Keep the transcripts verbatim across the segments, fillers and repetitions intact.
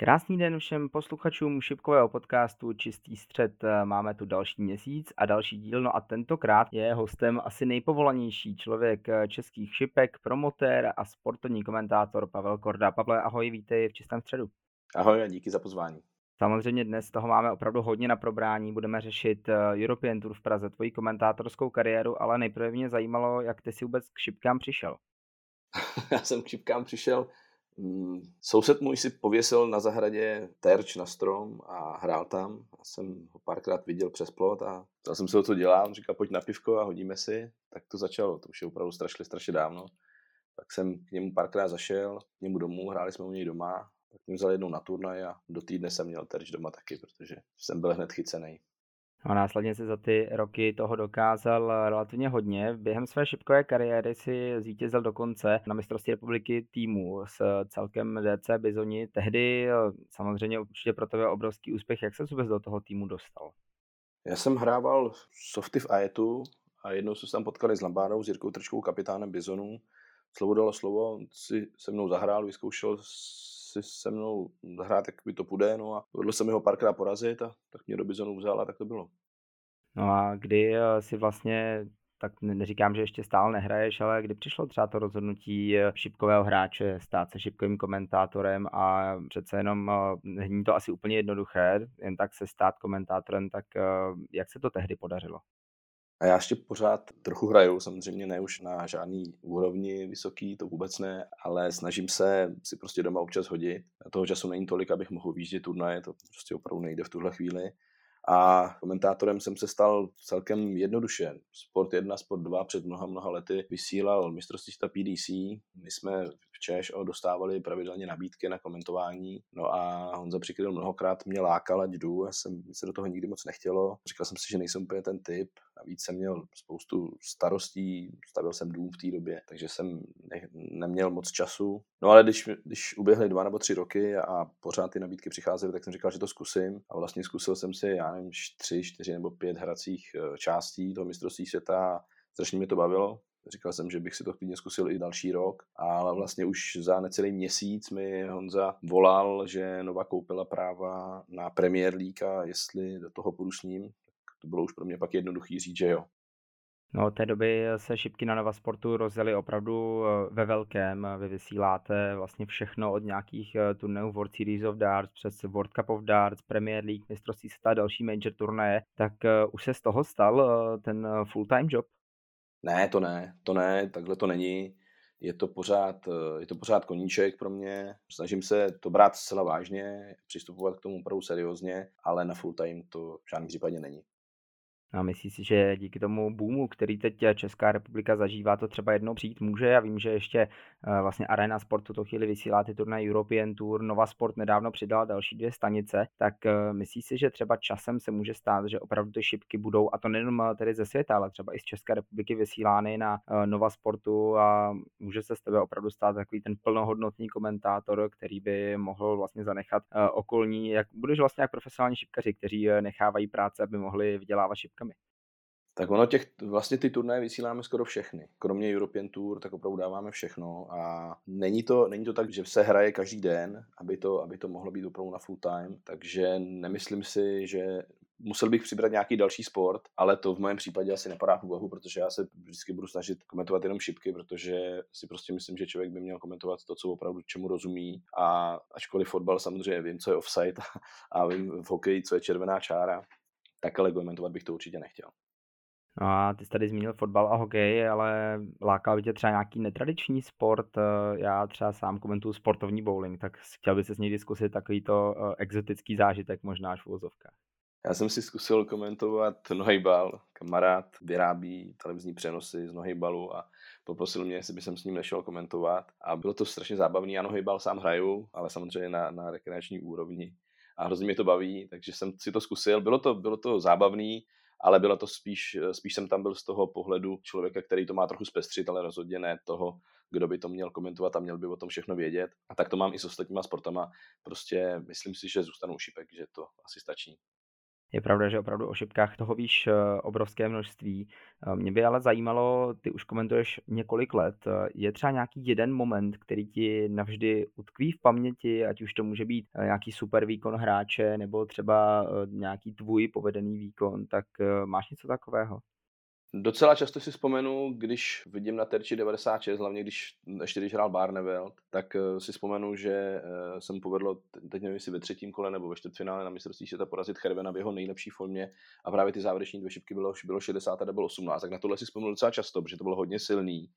Krásný den všem posluchačům šipkového podcastu Čistý střed. Máme tu další měsíc a další díl, no a tentokrát je hostem asi nejpovolanější člověk českých šipek, promotér a sportovní komentátor Pavel Korda. Pavle, ahoj, vítej v Čistém středu. Ahoj a díky za pozvání. Samozřejmě dnes toho máme opravdu hodně na probrání, budeme řešit European Tour v Praze, tvoji komentátorskou kariéru, ale nejprve mě zajímalo, jak ty jsi vůbec k šipkám přišel. Já jsem k šipkám přišel, mm, soused můj si pověsil na zahradě terč na strom a hrál tam. Já jsem ho párkrát viděl přes plot a ptal jsem se ho, co dělá. On říkal, pojď na pivko a hodíme si. Tak to začalo, to už je opravdu strašně, strašně dávno. Tak jsem k němu párkrát zašel, k němu domů, hráli jsme u něj doma. Tak mě vzal jednou na turnaj a do týdne jsem měl terč doma taky, protože jsem byl hned chycený. A následně si za ty roky toho dokázal relativně hodně. Během své šipkové kariéry si zvítězil dokonce na mistrovství republiky týmu s celkem D C Bizoni. Tehdy samozřejmě určitě pro tebe obrovský úspěch. Jak se vůbec do toho týmu dostal? Já jsem hrával softy v Ajetu a jednou jsme se tam potkali s Lambádou, s Jirkou Trčkou, kapitánem Bizonů. Slovo dalo slovo, on si se mnou zahrál, vyzkoušel si se mnou zahrát, jak by to půjde, no a povedlo se mi ho párkrát porazit a tak mě do Bizonů vzal a tak to bylo. No a kdy si vlastně, tak neříkám, že ještě stále nehraješ, ale kdy přišlo třeba to rozhodnutí šipkového hráče stát se šipkovým komentátorem a přece jenom není to asi úplně jednoduché, jen tak se stát komentátorem, tak jak se to tehdy podařilo? A já ještě pořád trochu hraju, samozřejmě ne už na žádný úrovni vysoký, to vůbec ne, ale snažím se si prostě doma občas hodit. Toho času není tolik, abych mohl výjíždět turnaje, to prostě opravdu nejde v tuhle chvíli. A komentátorem jsem se stal celkem jednoduše. Sport jedna, Sport dva před mnoha, mnoha lety vysílal mistrovství světa P D C. My jsme v ČŠO dostávali pravidelně nabídky na komentování. No a Honza Přikryl mnohokrát mě lákal, ať jdu. Já jsem se do toho nikdy moc nechtělo. Říkal jsem si, že nejsem úplně ten typ. Navíc jsem měl spoustu starostí, stavil jsem dům v té době, takže jsem ne, neměl moc času. No ale když, když uběhly dva nebo tři roky a pořád ty nabídky přicházely, tak jsem říkal, že to zkusím. A vlastně zkusil jsem si, já nevím, tři, čtyři nebo pět hracích částí toho mistrovství světa. Strašně mě to bavilo. Říkal jsem, že bych si to klidně zkusil i další rok, ale vlastně už za necelý měsíc mi Honza volal, že Nova koupila práva na Premier League a jestli do toho půjdu s ním, to bylo už pro mě pak jednoduchý říct, že jo. No od té doby se šipky na Nova Sportu rozjeli opravdu ve velkém. Vy vysíláte vlastně všechno od nějakých turnajů World Series of Darts přes World Cup of Darts, Premier League, mistrovství světa, další major turnaje. Tak už se z toho stal ten full-time job? Ne, to ne, to ne, takhle to není. Je to pořád, je to pořád koníček pro mě. Snažím se to brát zcela vážně, přistupovat k tomu opravdu seriózně, ale na full time to v žádném případě není. A myslíš si, že díky tomu boomu, který teď Česká republika zažívá, to třeba jednou přijít může? Já vím, že ještě vlastně Arena Sport tuto chvíli vysílá ty turnaj European Tour, Nova Sport nedávno přidala další dvě stanice, tak myslíš si, že třeba časem se může stát, že opravdu ty šipky budou, a to nejenom tedy ze světa, ale třeba i z České republiky vysílány na Nova Sportu a může se z tebe opravdu stát takový ten plnohodnotný komentátor, který by mohl vlastně zanechat okolní, jak budeš vlastně jak profesionální šipkaři, kteří nechávají práce, aby mohli vydělávat šipkami. Tak ono těch, vlastně ty turnaje vysíláme skoro všechny. Kromě European Tour, tak opravdu dáváme všechno a není to, není to tak, že se hraje každý den, aby to, aby to mohlo být opravdu na full time, takže nemyslím si, že musel bych přibrat nějaký další sport, ale to v mém případě asi nepadá v úvahu, protože já se vždycky budu snažit komentovat jenom šipky, protože si prostě myslím, že člověk by měl komentovat to, co opravdu čemu rozumí, a ačkoliv fotbal samozřejmě vím, co je offside a vím v hokeji, co je červená čára, tak ale komentovat bych to určitě nechtěl. No a ty jsi tady zmínil fotbal a hokej, ale lákal by tě třeba nějaký netradiční sport? Já třeba sám komentuju sportovní bowling, tak chtěl by ses někdy zkusit takovýto exotický zážitek, možná až v uvozovkách. Já jsem si zkusil komentovat nohejbal. Kamarád vyrábí televizní přenosy z nohejbalu a poprosil mě, jestli bych s ním nešel komentovat. A bylo to strašně zábavný. Já nohejbal sám hraju, ale samozřejmě na, na rekreační úrovni. A hrozně mě to baví, takže jsem si to zkusil. Bylo to, bylo to zábavný, ale bylo to spíš, spíš jsem tam byl z toho pohledu člověka, který to má trochu zpestřit, ale rozhodně ne toho, kdo by to měl komentovat a měl by o tom všechno vědět. A tak to mám i s ostatníma sportama. Prostě myslím si, že zůstanou šipek, že to asi stačí. Je pravda, že opravdu o šipkách toho víš eh, obrovské množství. Eh, Mě by ale zajímalo, ty už komentuješ několik let. eh, Je třeba nějaký jeden moment, který ti navždy utkví v paměti, ať už to může být eh, nějaký super výkon hráče, nebo třeba eh, nějaký tvůj povedený výkon, tak eh, máš něco takového? Docela často si vzpomenu, když vidím na terči devadesát šest, hlavně když ještě když hrál Barneveld, tak eh, si vzpomenu, že eh, se mu povedlo, te- teď nevím, jestli ve třetím kole nebo ve čtvrtfinále na mistrovství světa porazit Chervena v jeho nejlepší formě a právě ty závěreční dvě šipky bylo, bylo šedesát a double osmnáct, tak na tohle si vzpomenu docela často, protože to bylo hodně silný.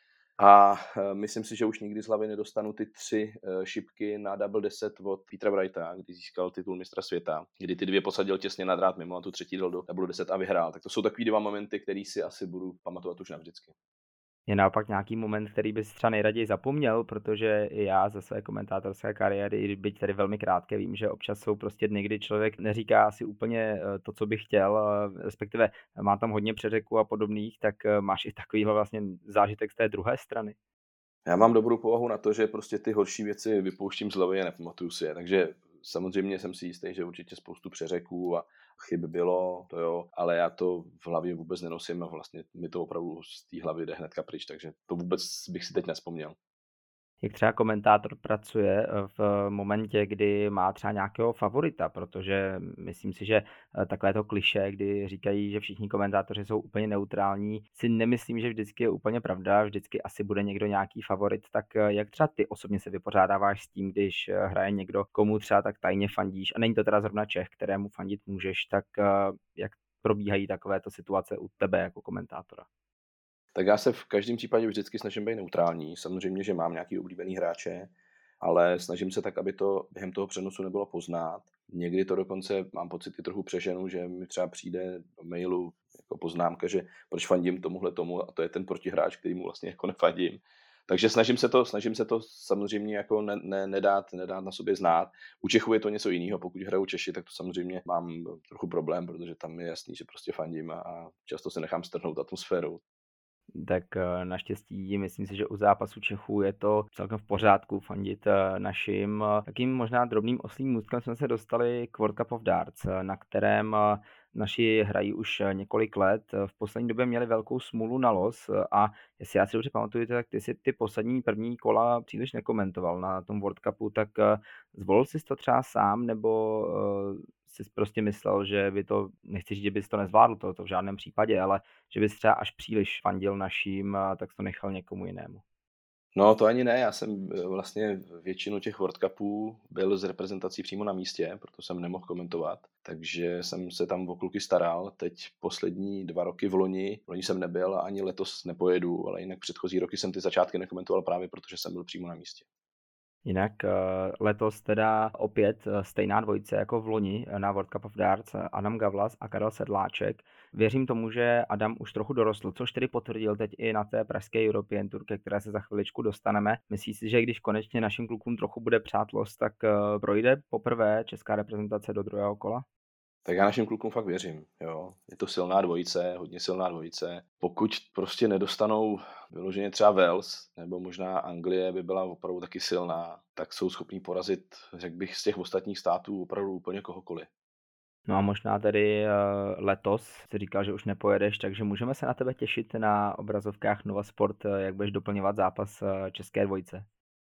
A eh, myslím si, že už nikdy z hlavy nedostanu ty tři eh, šipky na double deset od Petra Wrighta, kdy získal titul mistra světa, kdy ty dvě posadil těsně na drát mimo a tu třetí dal do double deset a vyhrál. Tak to jsou takový dva momenty, který si asi budu pamatovat už navždycky. Je naopak nějaký moment, který bys třeba nejraději zapomněl, protože i já ze své komentátorské kariéry, i byť tedy velmi krátké, vím, že občas jsou prostě dny, kdy člověk neříká asi úplně eh, to, co by chtěl, eh, respektive má tam hodně přeřeků a podobných, tak eh, máš i takovýhle vlastně zážitek z té druhé strany. Já mám dobrou povahu na to, že prostě ty horší věci vypouštím z hlavy a nepamatuju si je. Takže samozřejmě jsem si jistý, že určitě spoustu přeřeků a chyb bylo, to jo, ale já to v hlavě vůbec nenosím a vlastně mi to opravdu z té hlavy jde hnedka pryč, takže to vůbec bych si teď nespomněl. Jak třeba komentátor pracuje eh, v momentě, kdy má třeba nějakého favorita, protože myslím si, že eh, takové to klišé, kdy říkají, že všichni komentátoři jsou úplně neutrální, si nemyslím, že vždycky je úplně pravda, vždycky asi bude někdo nějaký favorit, tak eh, jak třeba ty osobně se vypořádáváš s tím, když eh, hraje někdo, komu třeba tak tajně fandíš, a není to teda zrovna Čech, kterému fandit můžeš, tak eh, jak probíhají takovéto situace u tebe jako komentátora? Tak já se v každém případě vždycky snažím být neutrální. Samozřejmě, že mám nějaký oblíbený hráče, ale snažím se tak, aby to během toho přenosu nebylo poznat. Někdy to dokonce mám pocit i trochu přeženu, že mi třeba přijde do mailu jako poznámka, že proč fandím tomuhle tomu a to je ten protihráč, který mu vlastně jako nefandím. Takže snažím se to, snažím se to samozřejmě jako ne, ne, nedát, nedát na sobě znát. U Čechů je to něco jiného. Pokud hraju Češi, tak to samozřejmě mám trochu problém, protože tam je jasný, že prostě fandím a, a často se nechám strhnout atmosférou. Tak eh, naštěstí myslím si, že u zápasu Čechů je to celkem v pořádku fandit eh, našim. Eh, Takým možná drobným oslím můstkem jsme se dostali k World Cup of Darts, eh, na kterém eh, naši hrají už eh, několik let. Eh, V poslední době měli velkou smůlu na los eh, a jestli já si dobře pamatuju, tak ty si ty poslední první kola příliš nekomentoval na tom World Cupu, tak eh, zvolil jsi to třeba sám, nebo eh, jsi prostě myslel, že by to, nechci říct, že bys to nezvládl, to, to v žádném případě, ale že bys třeba až příliš fandil naším, a tak to nechal někomu jinému. No to ani ne, já jsem eh, vlastně většinu těch World Cupů byl s reprezentací přímo na místě, proto jsem nemohl komentovat, takže jsem se tam o kluky staral. Teď poslední dva roky v loni, v loni jsem nebyl a ani letos nepojedu, ale jinak předchozí roky jsem ty začátky nekomentoval právě protože jsem byl přímo na místě. Jinak eh, letos teda opět eh, stejná dvojice jako v loni eh, na World Cup of Darts, eh, Adam Gavlas a Karel Sedláček. Věřím tomu, že Adam už trochu dorostl, což tedy potvrdil teď i na té pražské European Tour, ke které se za chviličku dostaneme. Myslíš si, že když konečně našim klukům trochu bude přátlost, tak eh, projde poprvé česká reprezentace do druhého kola? Tak já našim klukům fakt věřím, jo. Je to silná dvojice, hodně silná dvojice. Pokud prostě nedostanou vyloženě třeba Wales, nebo možná Anglie by byla opravdu taky silná, tak jsou schopní porazit, řekl bych, z těch ostatních států opravdu úplně kohokoliv. No a možná tedy eh, letos si říkal, že už nepojedeš, takže můžeme se na tebe těšit na obrazovkách Nova Sport, eh, jak budeš doplňovat zápas eh, české dvojice.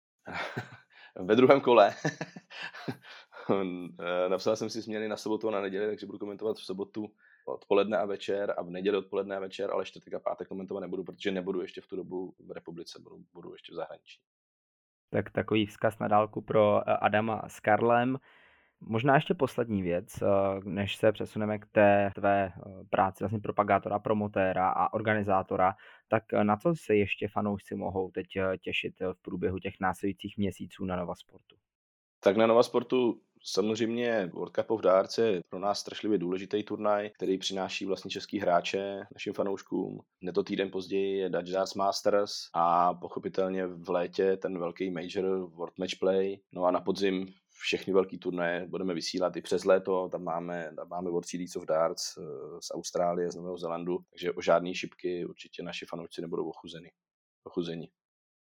Ve druhém kole napsal jsem si změny na sobotu a na neděli, takže budu komentovat v sobotu odpoledne a večer a v neděli odpoledne a večer, ale čtvrtek a pátek komentovat nebudu, protože nebudu ještě v tu dobu v republice, budu, budu ještě v zahraničí. Tak takový vzkaz na dálku pro eh, Adama s Karlem. Možná ještě poslední věc, eh, než se přesuneme k té tvé eh, práci vlastně propagátora, promotéra a organizátora, tak eh, na co se ještě fanoušci mohou teď eh, těšit eh, v průběhu těch následujících měsíců na Nova Sportu? Tak na Nova Sportu samozřejmě World Cup of Darts je pro nás strašlivě důležitý turnaj, který přináší vlastně český hráče našim fanouškům. Hned to týden později je Dutch Darts Masters a pochopitelně v létě ten velký major World Match Play. No a na podzim všechny velký turnaje budeme vysílat i přes léto. Tam máme, tam máme World Series of Darts z Austrálie, z Nového Zélandu, takže o žádný šipky určitě naši fanoušci nebudou ochuzeni. ochuzeni.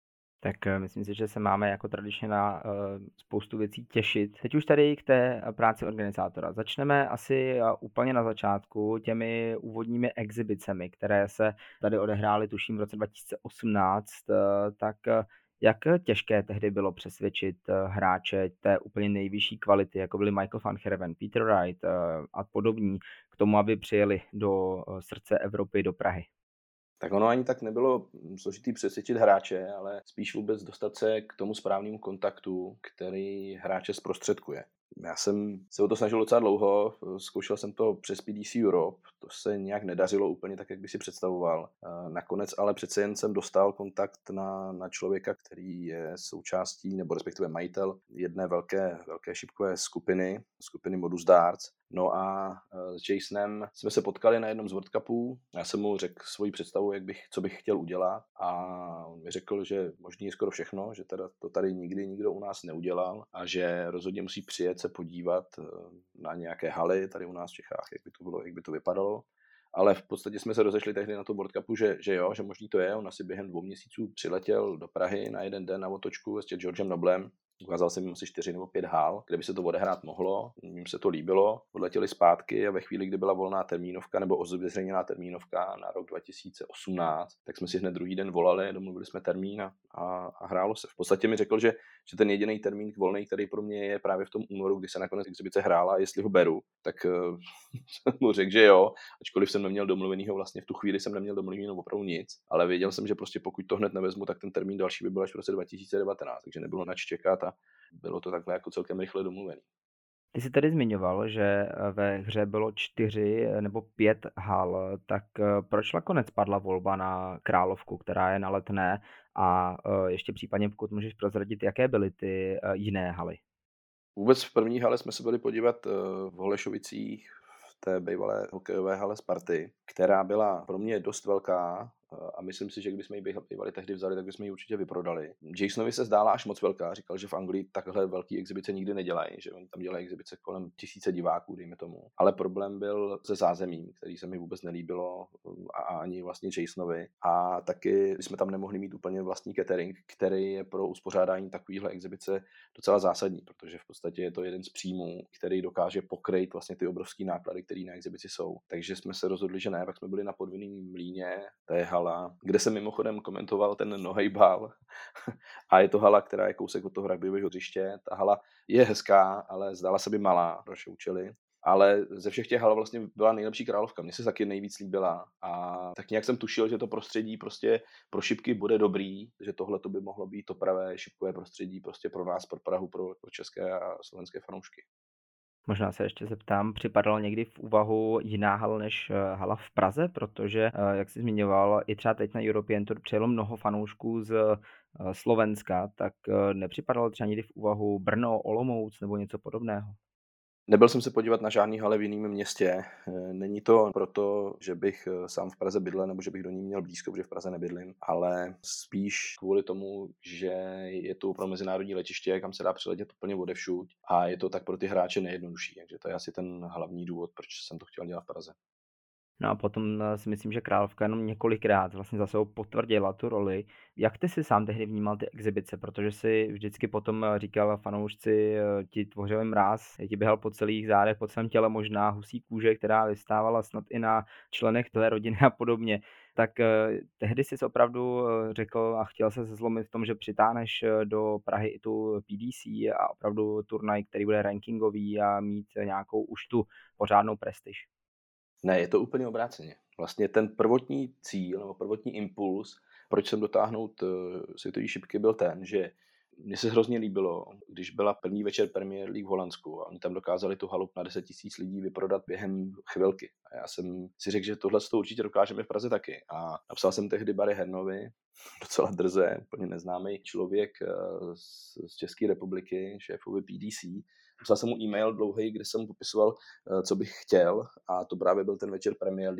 Tak eh, myslím si, že se máme jako tradičně na eh, spoustu věcí těšit. Teď už tady k té eh, práci organizátora. Začneme asi eh, úplně na začátku těmi úvodními exhibicemi, které se tady odehrály, tuším, v roce dva tisíce osmnáct. Eh, Tak eh, jak těžké tehdy bylo přesvědčit eh, hráče té úplně nejvyšší kvality, jako byli Michael van Gerwen, Peter Wright eh, a podobní, k tomu, aby přijeli do eh, srdce Evropy, do Prahy? Tak ono ani tak nebylo složitý přesvědčit hráče, ale spíš vůbec dostat se k tomu správnému kontaktu, který hráče zprostředkuje. Já jsem se o to snažil docela dlouho, zkoušel jsem to přes P D C Europe, to se nějak nedařilo úplně tak, jak by si představoval. Nakonec ale přece jen jsem dostal kontakt na, na člověka, který je součástí, nebo respektive majitel jedné velké, velké šipkové skupiny, skupiny Modus Darts. No a s Jasonem jsme se potkali na jednom z World Cupů. Já jsem mu řekl svoji představu, jak bych, co bych chtěl udělat, a on mi řekl, že možný je skoro všechno, že teda to tady nikdy nikdo u nás neudělal a že rozhodně musí přijet se podívat na nějaké haly tady u nás v Čechách, jak by to bylo, jak by to vypadalo. Ale v podstatě jsme se rozešli tehdy na tom World Cupu, že, že jo, že možný to je. On asi během dvou měsíců přiletěl do Prahy na jeden den na otočku s Georgem Noblem. Ukázal jsem jim asi čtyři nebo pět hál, kde by se to odehrát mohlo. Jim se to líbilo, odletěli zpátky a ve chvíli, kdy byla volná termínovka nebo ozvěřejněná termínovka na rok dva tisíce osmnáct, tak jsme si hned druhý den volali, domluvili jsme termín a, a, a hrálo se. V podstatě mi řekl, že, že ten jediný termín volný, který pro mě je právě v tom únoru, kdy se nakonec exhibice hrála, jestli ho beru, tak uh, mu řekl, že jo, ačkoliv jsem neměl domluvenýho, vlastně v tu chvíli jsem neměl domluvenýho opravdu nic, ale věděl jsem, že prostě pokud to hned nevezmu, tak ten termín další by byl až v roce dva tisíce devatenáct, takže nebylo nač čekat a bylo to takhle jako celkem rychle domluvený. Ty jsi tady zmiňoval, že ve hře bylo čtyři nebo pět hal, tak proč nakonec padla volba na Královku, která je na Letné, a ještě případně, pokud můžeš prozradit, jaké byly ty jiné haly? Vůbec v první hale jsme se byli podívat v Holešovicích, v té bývalé hokejové hale Sparty, která byla pro mě dost velká a myslím si, že kdybychom ji bývali tehdy vzali, tak bychom ji určitě vyprodali. Jasonovi se zdála až moc velká, říkal, že v Anglii takhle velký exibice nikdy nedělají, že oni tam dělají exibice kolem tisíce diváků, dejme tomu. Ale problém byl se zázemím, který se mi vůbec nelíbilo, a ani vlastně Jasonovi. A taky jsme tam nemohli mít úplně vlastní catering, který je pro uspořádání takovéhle exibice docela zásadní, protože v podstatě je to jeden z příjmů, který dokáže pokrýt vlastně ty obrovské náklady, které na exibici jsou. Takže jsme se rozhodli, že ne, pak jsme byli na Podvinném mlýně, to je hala, kde jsem mimochodem komentoval ten nohejbal. A je to hala, která je kousek od toho rugbyového hřiště. Ta hala je hezká, ale zdála se by malá pro naše účely. Ale ze všech těch hal vlastně byla nejlepší Královka. Mně se taky nejvíc líbila a tak nějak jsem tušil, že to prostředí prostě pro šipky bude dobrý, že tohle to by mohlo být to pravé šipkové prostředí prostě pro nás, pro Prahu, pro, pro české a slovenské fanoušky. Možná se ještě zeptám, připadalo někdy v úvahu jiná hala než hala v Praze, protože, jak jsi zmiňoval, i třeba teď na European Tour přijelo mnoho fanoušků z Slovenska, tak nepřipadalo třeba někdy v úvahu Brno, Olomouc nebo něco podobného? Nebyl jsem se podívat na žádný hale v jiném městě. Není to proto, že bych sám v Praze bydlel nebo že bych do ní měl blízko, protože v Praze nebydlím, ale spíš kvůli tomu, že je to pro mezinárodní letiště, kam se dá přiletět úplně odevšud a je to tak pro ty hráče nejjednodušší. Takže to je asi ten hlavní důvod, proč jsem to chtěl dělat v Praze. No a potom si myslím, že Královka jenom několikrát vlastně za sebou potvrdila tu roli. Jak ty si sám tehdy vnímal ty exibice? Protože si vždycky potom říkal fanoušci, ti tvořili mráz, ti běhal po celých zádech, po celém těle, možná husí kůže, která vystávala snad i na členech tvé rodiny a podobně. Tak tehdy jsi opravdu řekl a chtěl se zlomit v tom, že přitáhneš do Prahy i tu P D C a opravdu turnaj, který bude rankingový a mít nějakou už tu pořádnou prestiž. Ne, je to úplně obráceně. Vlastně ten prvotní cíl nebo prvotní impuls, proč jsem dotáhnout světové šipky, byl ten, že mně se hrozně líbilo, když byla první večer Premier League v Holandsku a oni tam dokázali tu halu na deset tisíc lidí vyprodat během chvilky. A já jsem si řekl, že tohle to určitě dokážeme v Praze taky. A napsal jsem tehdy Barry Hernovi, docela drze, úplně neznámý člověk z, z České republiky, šéfovi P D C. Napsal jsem mu e-mail dlouhý, kde jsem mu popisoval, co bych chtěl, a to právě byl ten večer Premier League.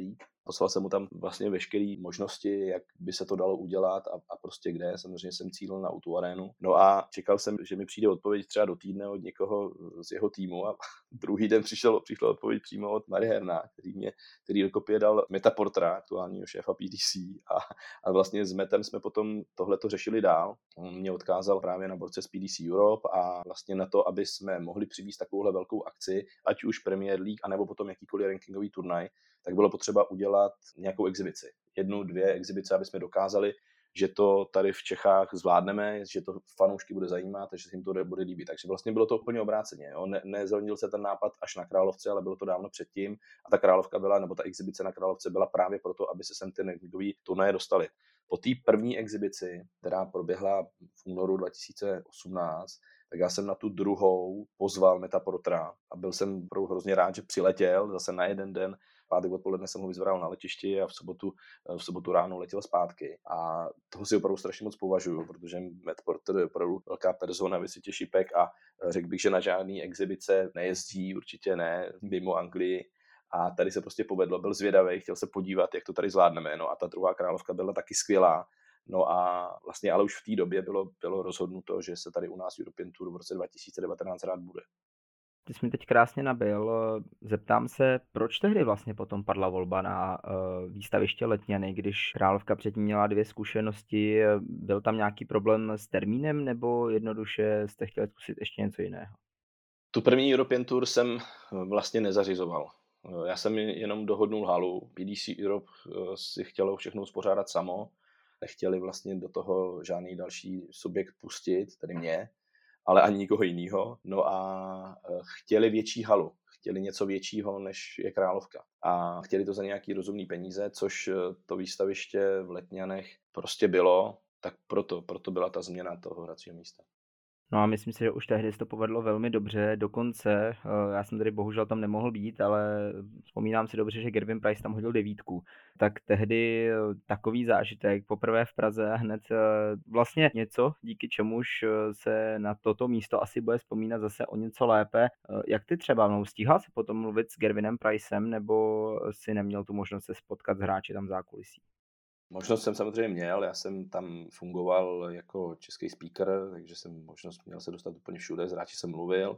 Poslal jsem mu tam vlastně veškeré možnosti, jak by se to dalo udělat a, a prostě kde. Samozřejmě jsem cílil na tu arénu. No a čekal jsem, že mi přijde odpověď třeba do týdne od někoho z jeho týmu a druhý den přišel, přišla odpověď přímo od Mary Herna, který mě, který do kopie dal Meta Portera, aktuálního šéfa P D C a, a vlastně s Metem jsme potom tohleto řešili dál. On mě odkázal právě na borce z P D C Europe a vlastně na to, aby jsme mohli přivést takovouhle velkou akci, ať už Premier League, anebo potom jakýkoliv rankingový turnaj, tak bylo potřeba udělat nějakou exibici. Jednu, dvě exibice, aby jsme dokázali, že to tady v Čechách zvládneme, že to fanoušky bude zajímat, že se jim to bude líbit. Takže vlastně bylo to úplně obráceně. Jo. Ne, nezrodil se ten nápad až na Královce, ale bylo to dávno předtím a ta Královka byla, nebo ta exibice na Královce byla právě proto, aby se sem ty rankingový turnaje dostaly. Po té první exibici, která proběhla v únoru dva tisíce osmnáct, tak já jsem na tu druhou pozval Meta Portera a byl jsem opravdu hrozně rád, že přiletěl zase na jeden den. Pátek odpoledne jsem ho vyzvedal na letišti a v sobotu, v sobotu ráno letěl zpátky. A toho si opravdu strašně moc považuju, protože Matt Porter je opravdu velká persona, vysvětě šipek a řekl bych, že na žádný exibice nejezdí, určitě ne, mimo Anglii. A tady se prostě povedlo, byl zvědavý, chtěl se podívat, jak to tady zvládneme. No a ta druhá Královka byla taky skvělá. No a vlastně ale už v té době bylo, bylo rozhodnuto, že se tady u nás European Tour v roce dva tisíce devatenáct rád bude. Ty jsi mi teď krásně nabil. Zeptám se, proč tehdy vlastně potom padla volba na uh, výstaviště Letňany, když Královka předtím měla dvě zkušenosti. Byl tam nějaký problém s termínem, nebo jednoduše jste chtěli zkusit ještě něco jiného? Tu první European Tour jsem vlastně nezařizoval. Já jsem jenom dohodnul halu. P D C Europe si chtělo všechno uspořádat samo. Nechtěli vlastně do toho žádný další subjekt pustit, tedy mě, ale ani nikoho jiného. No a chtěli větší halu. Chtěli něco většího, než je Královka. A chtěli to za nějaký rozumný peníze, což to výstaviště v Letňanech prostě bylo. Tak proto, proto byla ta změna toho hracího místa. No a myslím si, že už tehdy se to povedlo velmi dobře, dokonce, já jsem tady bohužel tam nemohl být, ale vzpomínám si dobře, že Gervin Price tam hodil devítku. Tak tehdy takový zážitek, poprvé v Praze a hned vlastně něco, díky čemuž se na toto místo asi bude vzpomínat zase o něco lépe. Jak ty třeba, no, stíhal si potom mluvit s Gervinem Pricem, nebo si neměl tu možnost se spotkat s hráči tam v zákulisí? Možnost jsem samozřejmě měl, já jsem tam fungoval jako český speaker, takže jsem možnost měl se dostat úplně všude, s hráči jsem mluvil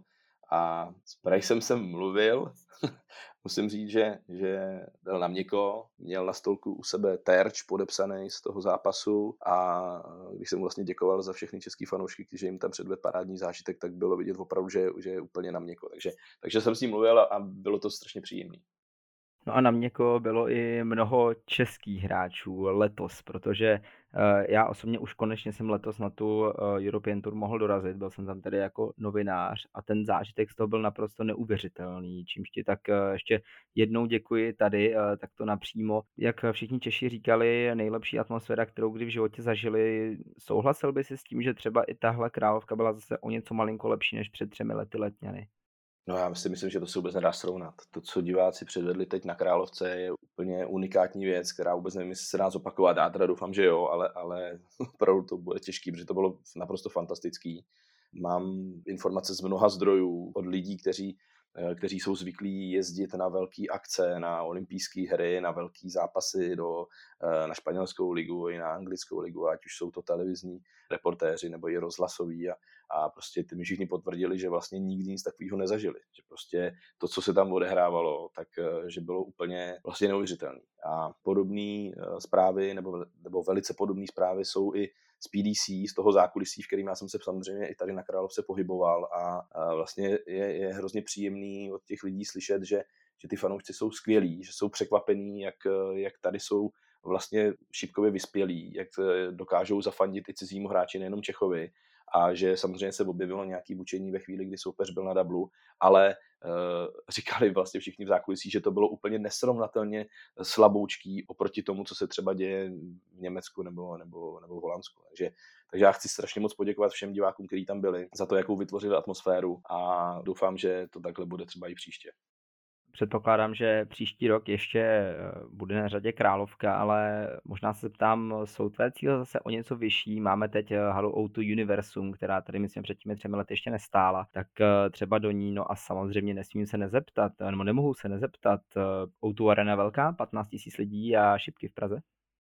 a s Pricem jsem mluvil. Musím říct, že, že byl na měko, měl na stolku u sebe terč podepsaný z toho zápasu a když jsem mu vlastně děkoval za všechny český fanoušky, že jim tam předvedl parádní zážitek, tak bylo vidět opravdu, že, že je úplně na měko. Takže, takže jsem s ním mluvil a bylo to strašně příjemné. No a na měko bylo i mnoho českých hráčů letos, protože uh, já osobně už konečně jsem letos na tu uh, European Tour mohl dorazit, byl jsem tam tedy jako novinář a ten zážitek z toho byl naprosto neuvěřitelný, čímž ti tak uh, ještě jednou děkuji tady, uh, tak to napřímo. Jak všichni Češi říkali, nejlepší atmosféra, kterou kdy v životě zažili. Souhlasil by si s tím, že třeba i tahle Královka byla zase o něco malinko lepší než před třemi lety Letňany? No já si myslím, že to se vůbec nedá srovnat. To, co diváci předvedli teď na Královce, je úplně unikátní věc, která vůbec nevím, jestli se dá zopakovat. Já teda doufám, že jo, ale, ale opravdu to bude těžký, protože to bylo naprosto fantastický. Mám informace z mnoha zdrojů od lidí, kteří, kteří jsou zvyklí jezdit na velké akce, na olympijské hry, na velké zápasy, do, na španělskou ligu i na anglickou ligu, ať už jsou to televizní reportéři nebo i rozhlasoví a, a prostě ty mi všichni potvrdili, že vlastně nikdy nic takového nezažili. Že prostě to, co se tam odehrávalo, tak že bylo úplně vlastně neuvěřitelné. A podobné zprávy nebo, nebo velice podobné zprávy jsou i z P D C, z toho zákulisí, v kterým já jsem se samozřejmě i tady na Královce pohyboval a, a vlastně je, je hrozně příjemný od těch lidí slyšet, že, že ty fanoušci jsou skvělí, že jsou překvapení, jak, jak tady jsou vlastně šipkově vyspělí, jak dokážou zafandit i cizímu hráči, nejenom Čechovi, a že samozřejmě se objevilo nějaké bučení ve chvíli, kdy soupeř byl na dublu, ale e, říkali vlastně všichni v zákulisí, že to bylo úplně nesrovnatelně slaboučký oproti tomu, co se třeba děje v Německu nebo, nebo, nebo v Holandsku. Takže, takže já chci strašně moc poděkovat všem divákům, kteří tam byli, za to, jakou vytvořili atmosféru a doufám, že to takhle bude třeba i příště. Předpokládám, že příští rok ještě eh, bude na řadě Královka, ale možná se ptám, jsou tvé cíle zase o něco vyšší? Máme teď eh, halu O dva Universum, která tady myslím před těmi třemi lety ještě nestála, tak eh, třeba do ní, no a samozřejmě nesmím se nezeptat, eh, nebo nemohu se nezeptat, eh, O dva Arena velká, patnáct tisíc lidí a šipky v Praze?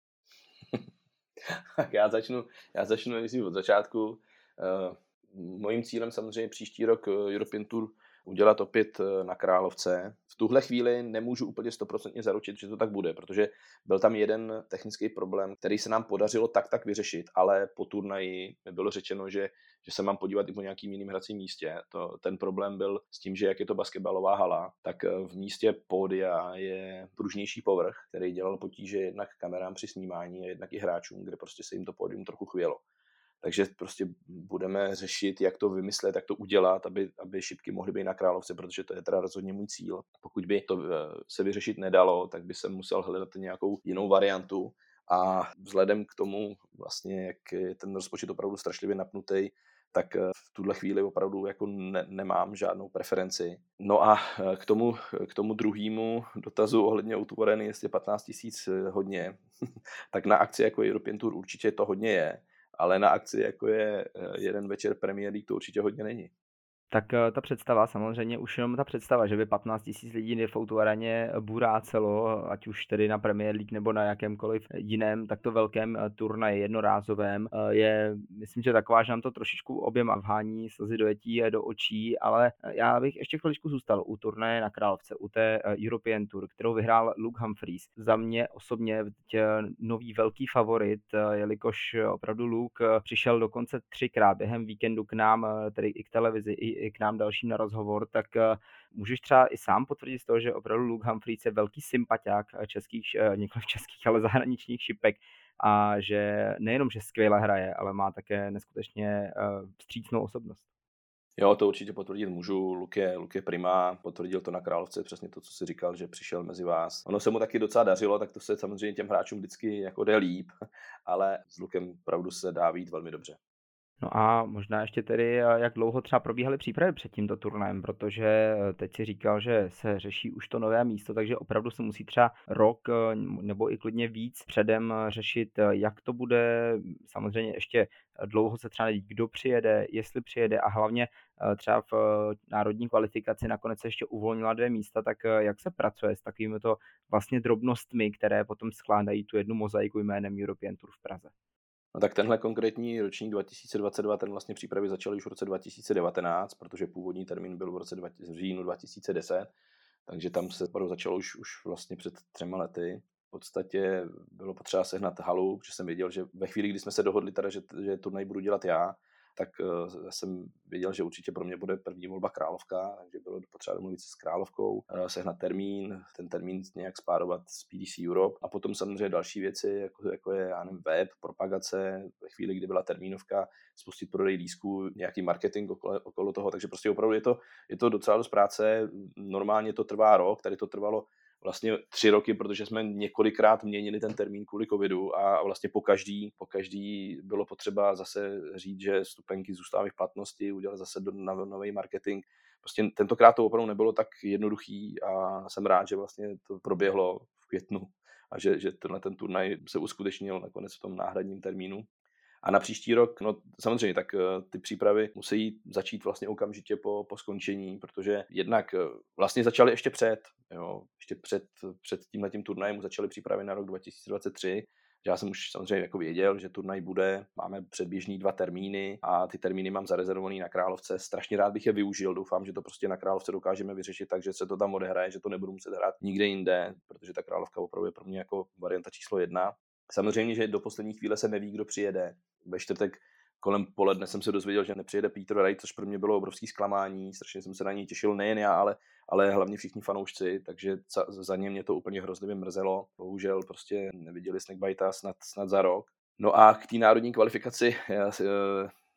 Tak já začnu, já začnu nejdřív od začátku. Eh, Mojím cílem samozřejmě příští rok eh, European Tour udělat opět eh, na Královce. V tuhle chvíli nemůžu úplně stoprocentně zaručit, že to tak bude, protože byl tam jeden technický problém, který se nám podařilo tak tak vyřešit, ale po turnaji mi bylo řečeno, že, že se mám podívat i po nějakým jiným hracím místě. To, ten problém byl s tím, že jak je to basketbalová hala, tak eh, v místě pódia je pružnější povrch, který dělal potíže jednak kamerám při snímání a jednak i hráčům, kde prostě se jim to pódium trochu chvělo. Takže prostě budeme řešit, jak to vymyslet, jak to udělat, aby, aby šipky mohly být na Královce, protože to je teda rozhodně můj cíl. Pokud by to se vyřešit nedalo, tak by se musel hledat nějakou jinou variantu. A vzhledem k tomu, vlastně, jak je ten rozpočet opravdu strašlivě napnutý, tak v tuhle chvíli opravdu jako ne, nemám žádnou preferenci. No a k tomu, k tomu druhému dotazu ohledně O dva Areny, jestli patnáct tisíc hodně, tak na akci jako European Tour určitě to hodně je, ale na akci jako je jeden večer Premier League to určitě hodně není. Tak eh, ta představa, samozřejmě už jenom ta představa, že by patnáct tisíc lidí v O dva Areně burácelo, ať už tedy na Premier League nebo na jakémkoliv jiném takto velkém eh, turnaji jednorázovém, eh, je, myslím, že taková, že nám to trošičku oběma vhání slzy dojetí do očí, ale eh, já bych ještě chviličku zůstal u turnaje na Královce, u té eh, European Tour, kterou vyhrál Luke Humphries. Za mě osobně teď, eh, nový velký favorit, eh, jelikož opravdu Luke eh, přišel dokonce třikrát během víkendu k nám, eh, tedy i k televizi, i, i k nám dalším na rozhovor, tak uh, můžeš třeba i sám potvrdit z toho, že opravdu Luke Humphries je velký sympatiák českých, uh, nikoliv českých, ale zahraničních šipek a že nejenom, že skvěle hraje, ale má také neskutečně uh, vstřícnou osobnost. Jo, to určitě potvrdit můžu. Luke je, Luke je prima, potvrdil to na Královce, přesně to, co jsi říkal, že přišel mezi vás. Ono se mu taky docela dařilo, tak to se samozřejmě těm hráčům vždycky jako jde líp, ale s Lukem opravdu se dá vít velmi dobře. No a možná ještě tedy, jak dlouho třeba probíhaly přípravy před tímto turnajem, protože teď si říkal, že se řeší už to nové místo, takže opravdu se musí třeba rok nebo i klidně víc předem řešit, jak to bude. Samozřejmě ještě dlouho se třeba neví, kdo přijede, jestli přijede a hlavně třeba v národní kvalifikaci nakonec se ještě uvolnila dvě místa, tak jak se pracuje s takovými to vlastně drobnostmi, které potom skládají tu jednu mozaiku jménem European Tour v Praze? No tak tenhle konkrétní ročník dva tisíce dvacet dva, ten vlastně přípravy začaly už v roce dva tisíce devatenáct, protože původní termín byl v roce v říjnu dva tisíce deset, takže tam se začalo už, už vlastně před třema lety. V podstatě bylo potřeba sehnat halu, protože jsem věděl, že ve chvíli, kdy jsme se dohodli teda, že, že turnaj budu dělat já, tak uh, jsem věděl, že určitě pro mě bude první volba Královka, takže bylo potřeba domluvit se s Královkou, uh, sehnat termín, ten termín nějak spárovat s P D C Europe a potom samozřejmě další věci, jako, jako je já nevím, web, propagace, ve chvíli, kdy byla termínovka, spustit prodej lístků, nějaký marketing okolo, okolo toho, takže prostě opravdu je to, je to docela dost práce, normálně to trvá rok, tady to trvalo vlastně tři roky, protože jsme několikrát měnili ten termín kvůli covidu a vlastně po každý, po každý bylo potřeba zase říct, že stupenky zůstávají v platnosti, udělat zase do, na, nový marketing. Prostě tentokrát to opravdu nebylo tak jednoduchý a jsem rád, že vlastně to proběhlo v květnu a že, že tenhle ten turnaj se uskutečnil nakonec v tom náhradním termínu. A na příští rok, no samozřejmě, tak ty přípravy musí začít vlastně okamžitě po, po skončení, protože jednak vlastně začaly ještě před, jo, ještě před, před tímhletím turnajem začaly přípravy na rok dva tisíce dvacet tři. Já jsem už samozřejmě jako věděl, že turnaj bude, máme předběžný dva termíny a ty termíny mám zarezervovaný na Královce. Strašně rád bych je využil, doufám, že to prostě na Královce dokážeme vyřešit, takže se to tam odehraje, že to nebudu muset hrát nikde jinde, protože ta Královka opravdu je pro mě jako varianta číslo jedna. Samozřejmě, že do poslední chvíle se neví, kdo přijede. Ve čtvrtek kolem poledne jsem se dozvěděl, že nepřijede Peter Wright, což pro mě bylo obrovský zklamání. Strašně jsem se na něj těšil, nejen já, ale, ale hlavně všichni fanoušci, takže za, za ně mě to úplně hrozně mrzelo. Bohužel prostě neviděli Snakebita snad, snad za rok. No a k té národní kvalifikaci, já,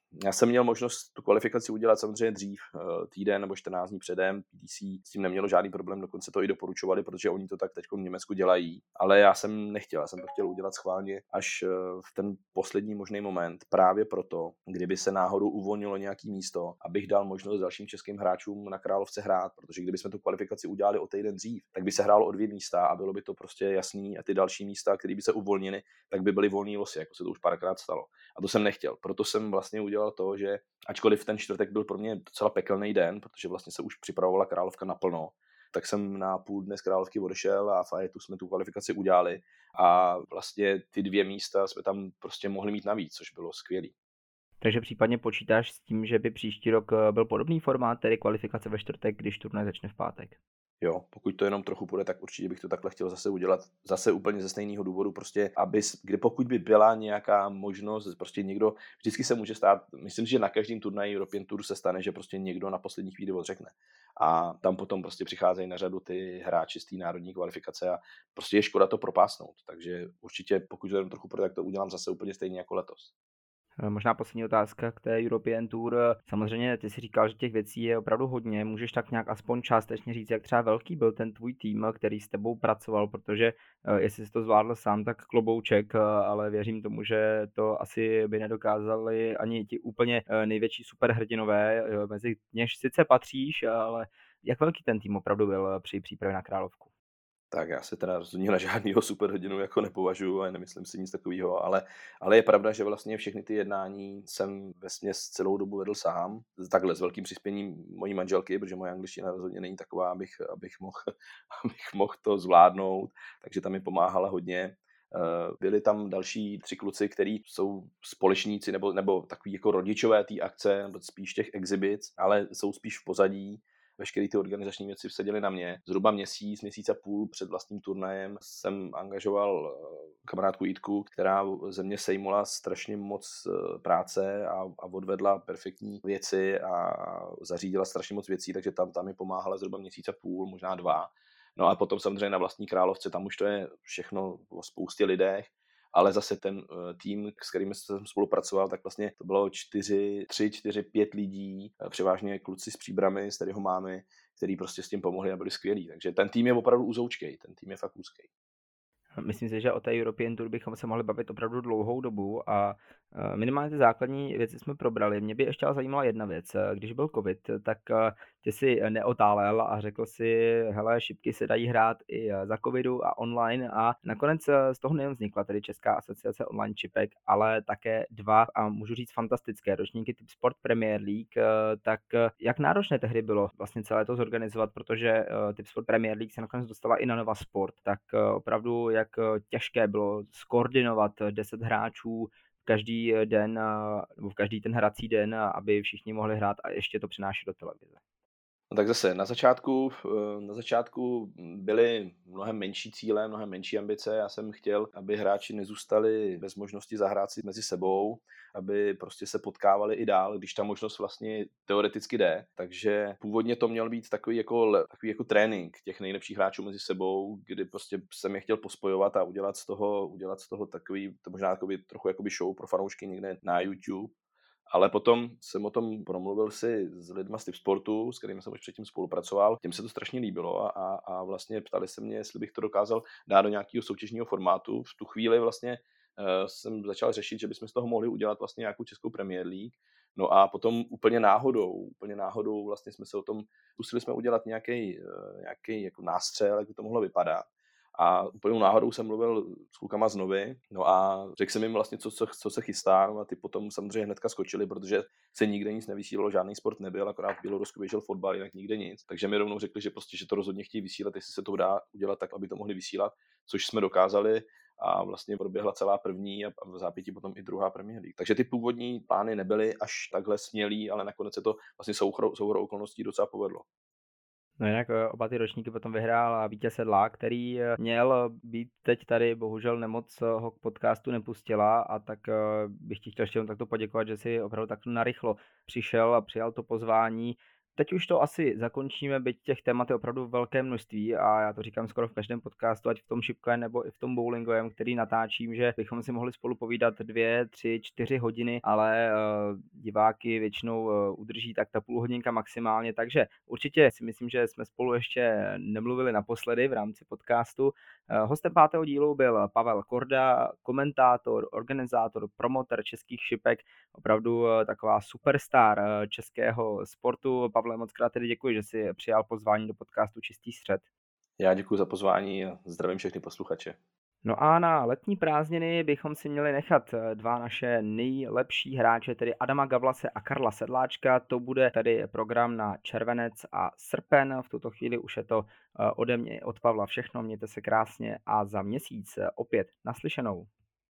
Já jsem měl možnost tu kvalifikaci udělat samozřejmě dřív, týden nebo čtrnáct dní předem. P T C s tím nemělo žádný problém, dokonce to i doporučovali, protože oni to tak teď v Německu dělají. Ale já jsem nechtěl, já jsem to chtěl udělat schválně až v ten poslední možný moment, právě proto, kdyby se náhodou uvolnilo nějaký místo, abych dal možnost dalším českým hráčům na Královce hrát, protože kdyby jsme tu kvalifikaci udělali o týden dřív, tak by se hrálo o dvě místa a bylo by to prostě jasný a ty další místa, které by se uvolnily, tak by byly volný losy, jako se to už párkrát stalo. A to jsem nechtěl. Proto jsem vlastně udělal to, že ačkoliv ten čtvrtek byl pro mě docela pekelný den, protože vlastně se už připravovala Královka naplno, tak jsem na půl dne z Královky odešel a v Ajetu jsme tu kvalifikaci udělali a vlastně ty dvě místa jsme tam prostě mohli mít navíc, což bylo skvělý. Takže případně počítáš s tím, že by příští rok byl podobný formát, tedy kvalifikace ve čtvrtek, když turnaj začne v pátek? Jo, pokud to jenom trochu půjde, tak určitě bych to takhle chtěl zase udělat. Zase úplně ze stejného důvodu, prostě, aby, kde pokud by byla nějaká možnost, prostě někdo, vždycky se může stát, myslím, že na každém turnaji European Tour se stane, že prostě někdo na poslední chvíli odřekne. A tam potom prostě přicházejí na řadu ty hráči z té národní kvalifikace a prostě je škoda to propásnout. Takže určitě, pokud to jenom trochu půjde, tak to udělám zase úplně stejně jako letos. Možná poslední otázka k té European Tour. Samozřejmě ty si říkal, že těch věcí je opravdu hodně. Můžeš tak nějak aspoň částečně říct, jak třeba velký byl ten tvůj tým, který s tebou pracoval, protože jestli jsi to zvládl sám, tak klobouček, ale věřím tomu, že to asi by nedokázali ani ti úplně největší superhrdinové, mezi něž sice patříš, ale jak velký ten tým opravdu byl při přípravě na Královku? Tak já se teda rozhodně na žádnýho superhrdinu jako nepovažuji a nemyslím si nic takového, ale, ale je pravda, že vlastně všechny ty jednání jsem vesměs celou dobu vedl sám, takhle s velkým přispěním mojí manželky, protože moje angličtina rozhodně není taková, abych, abych, mohl, abych mohl to zvládnout, takže tam mi pomáhala hodně. Byli tam další tři kluci, kteří jsou společníci nebo, nebo takový jako rodičové té akce, nebo spíš těch exhibits, ale jsou spíš v pozadí. Veškeré ty organizační věci vseděly na mě. Zhruba měsíc, měsíc a půl před vlastním turnajem jsem angažoval kamarádku Jitku, která ze mě sejmula strašně moc práce a, a odvedla perfektní věci a zařídila strašně moc věcí, takže tam, tam mi pomáhala zhruba měsíc a půl, možná dva. No a potom samozřejmě na vlastní Královce, tam už to je všechno o spoustě lidech, ale zase ten tým, s kterým jsem spolupracoval, tak vlastně to bylo čtyři, tři, čtyři, pět lidí, převážně kluci s Příbrami, z kterého máme, který prostě s tím pomohli a byli skvělí. Takže ten tým je opravdu úzoučkej, ten tým je fakt úzkej. Myslím si, že o té European Tour bychom se mohli bavit opravdu dlouhou dobu a minimálně ty základní věci jsme probrali. Mě by ještě zajímala jedna věc. Když byl covid, tak ty si neotálel a řekl si, hele, šipky se dají hrát i za covidu a online a nakonec z toho nejen vznikla tedy Česká asociace online šipek, ale také dva a můžu říct fantastické ročníky typ Sport Premier League. Tak jak náročné tehdy bylo vlastně celé to zorganizovat, protože typ Sport Premier League se nakonec dostala i na Nova Sport, tak opravdu jak těžké bylo skoordinovat deset hráčů každý den, nebo v každý ten hrací den, aby všichni mohli hrát a ještě to přenášet do televize. No tak zase na začátku, na začátku byly mnohem menší cíle, mnohem menší ambice. Já jsem chtěl, aby hráči nezůstali bez možnosti zahrát si mezi sebou, aby prostě se potkávali i dál, když ta možnost vlastně teoreticky jde. Takže původně to měl být takový jako, takový jako trénink těch nejlepších hráčů mezi sebou, kdy prostě jsem je chtěl pospojovat a udělat z toho, udělat z toho takový, to možná takový, trochu jakoby show pro fanoušky někde na YouTube. Ale potom jsem o tom promluvil si s lidma z Typ Sportu, s kterými jsem už předtím spolupracoval. Těm se to strašně líbilo a, a vlastně ptali se mě, jestli bych to dokázal dát do nějakého soutěžního formátu. V tu chvíli vlastně uh, jsem začal řešit, že bychom z toho mohli udělat vlastně nějakou českou Premier League. No a potom úplně náhodou, úplně náhodou vlastně jsme se o tom, zkusili jsme udělat nějaký, uh, nějaký jako nástřel, jak by to mohlo vypadat. A úplně náhodou jsem mluvil s klukama z Novy, no a řekl jsem jim vlastně, co, co, co se chystá, no a ty potom samozřejmě hnedka skočili, protože se nikde nic nevysílalo, žádný sport nebyl, akorát v Bělorusku běžel fotbal, jinak nikde nic. Takže mi rovnou řekli, že prostě, že to rozhodně chtějí vysílat, jestli se to dá udělat tak, aby to mohli vysílat, což jsme dokázali a vlastně proběhla celá první a v zápětí potom i druhá Premier League. Takže ty původní plány nebyly až takhle smělý, ale nakonec se to vlastně souhrou, souhrou okolností docela povedlo. No jinak oba ty ročníky potom vyhrál Vítěz Sedlák, který měl být teď tady, bohužel nemoc ho k podcastu nepustila a tak bych ti chtěl ještě takto poděkovat, že si opravdu tak narychlo přišel a přijal to pozvání. Teď už to asi zakončíme, byť těch témat je opravdu velké množství a já to říkám skoro v každém podcastu, ať v tom šipkovém nebo i v tom bowlingovém, který natáčím, že bychom si mohli spolu povídat dvě, tři, čtyři hodiny, ale uh, diváky většinou uh, udrží tak ta půl hodinka maximálně, takže určitě si myslím, že jsme spolu ještě nemluvili naposledy v rámci podcastu. Uh, hostem pátého dílu byl Pavel Korda, komentátor, organizátor, promotor českých šipek, opravdu uh, taková superstar uh, českého sportu. Pavle, moc krát tedy děkuji, že jsi přijal pozvání do podcastu Čistý střed. Já děkuji za pozvání a zdravím všechny posluchače. No a na letní prázdniny bychom si měli nechat dva naše nejlepší hráče, tedy Adama Gavlase a Karla Sedláčka. To bude tady program na červenec a srpen. V tuto chvíli už je to ode mě, od Pavla všechno. Mějte se krásně a za měsíc opět naslyšenou.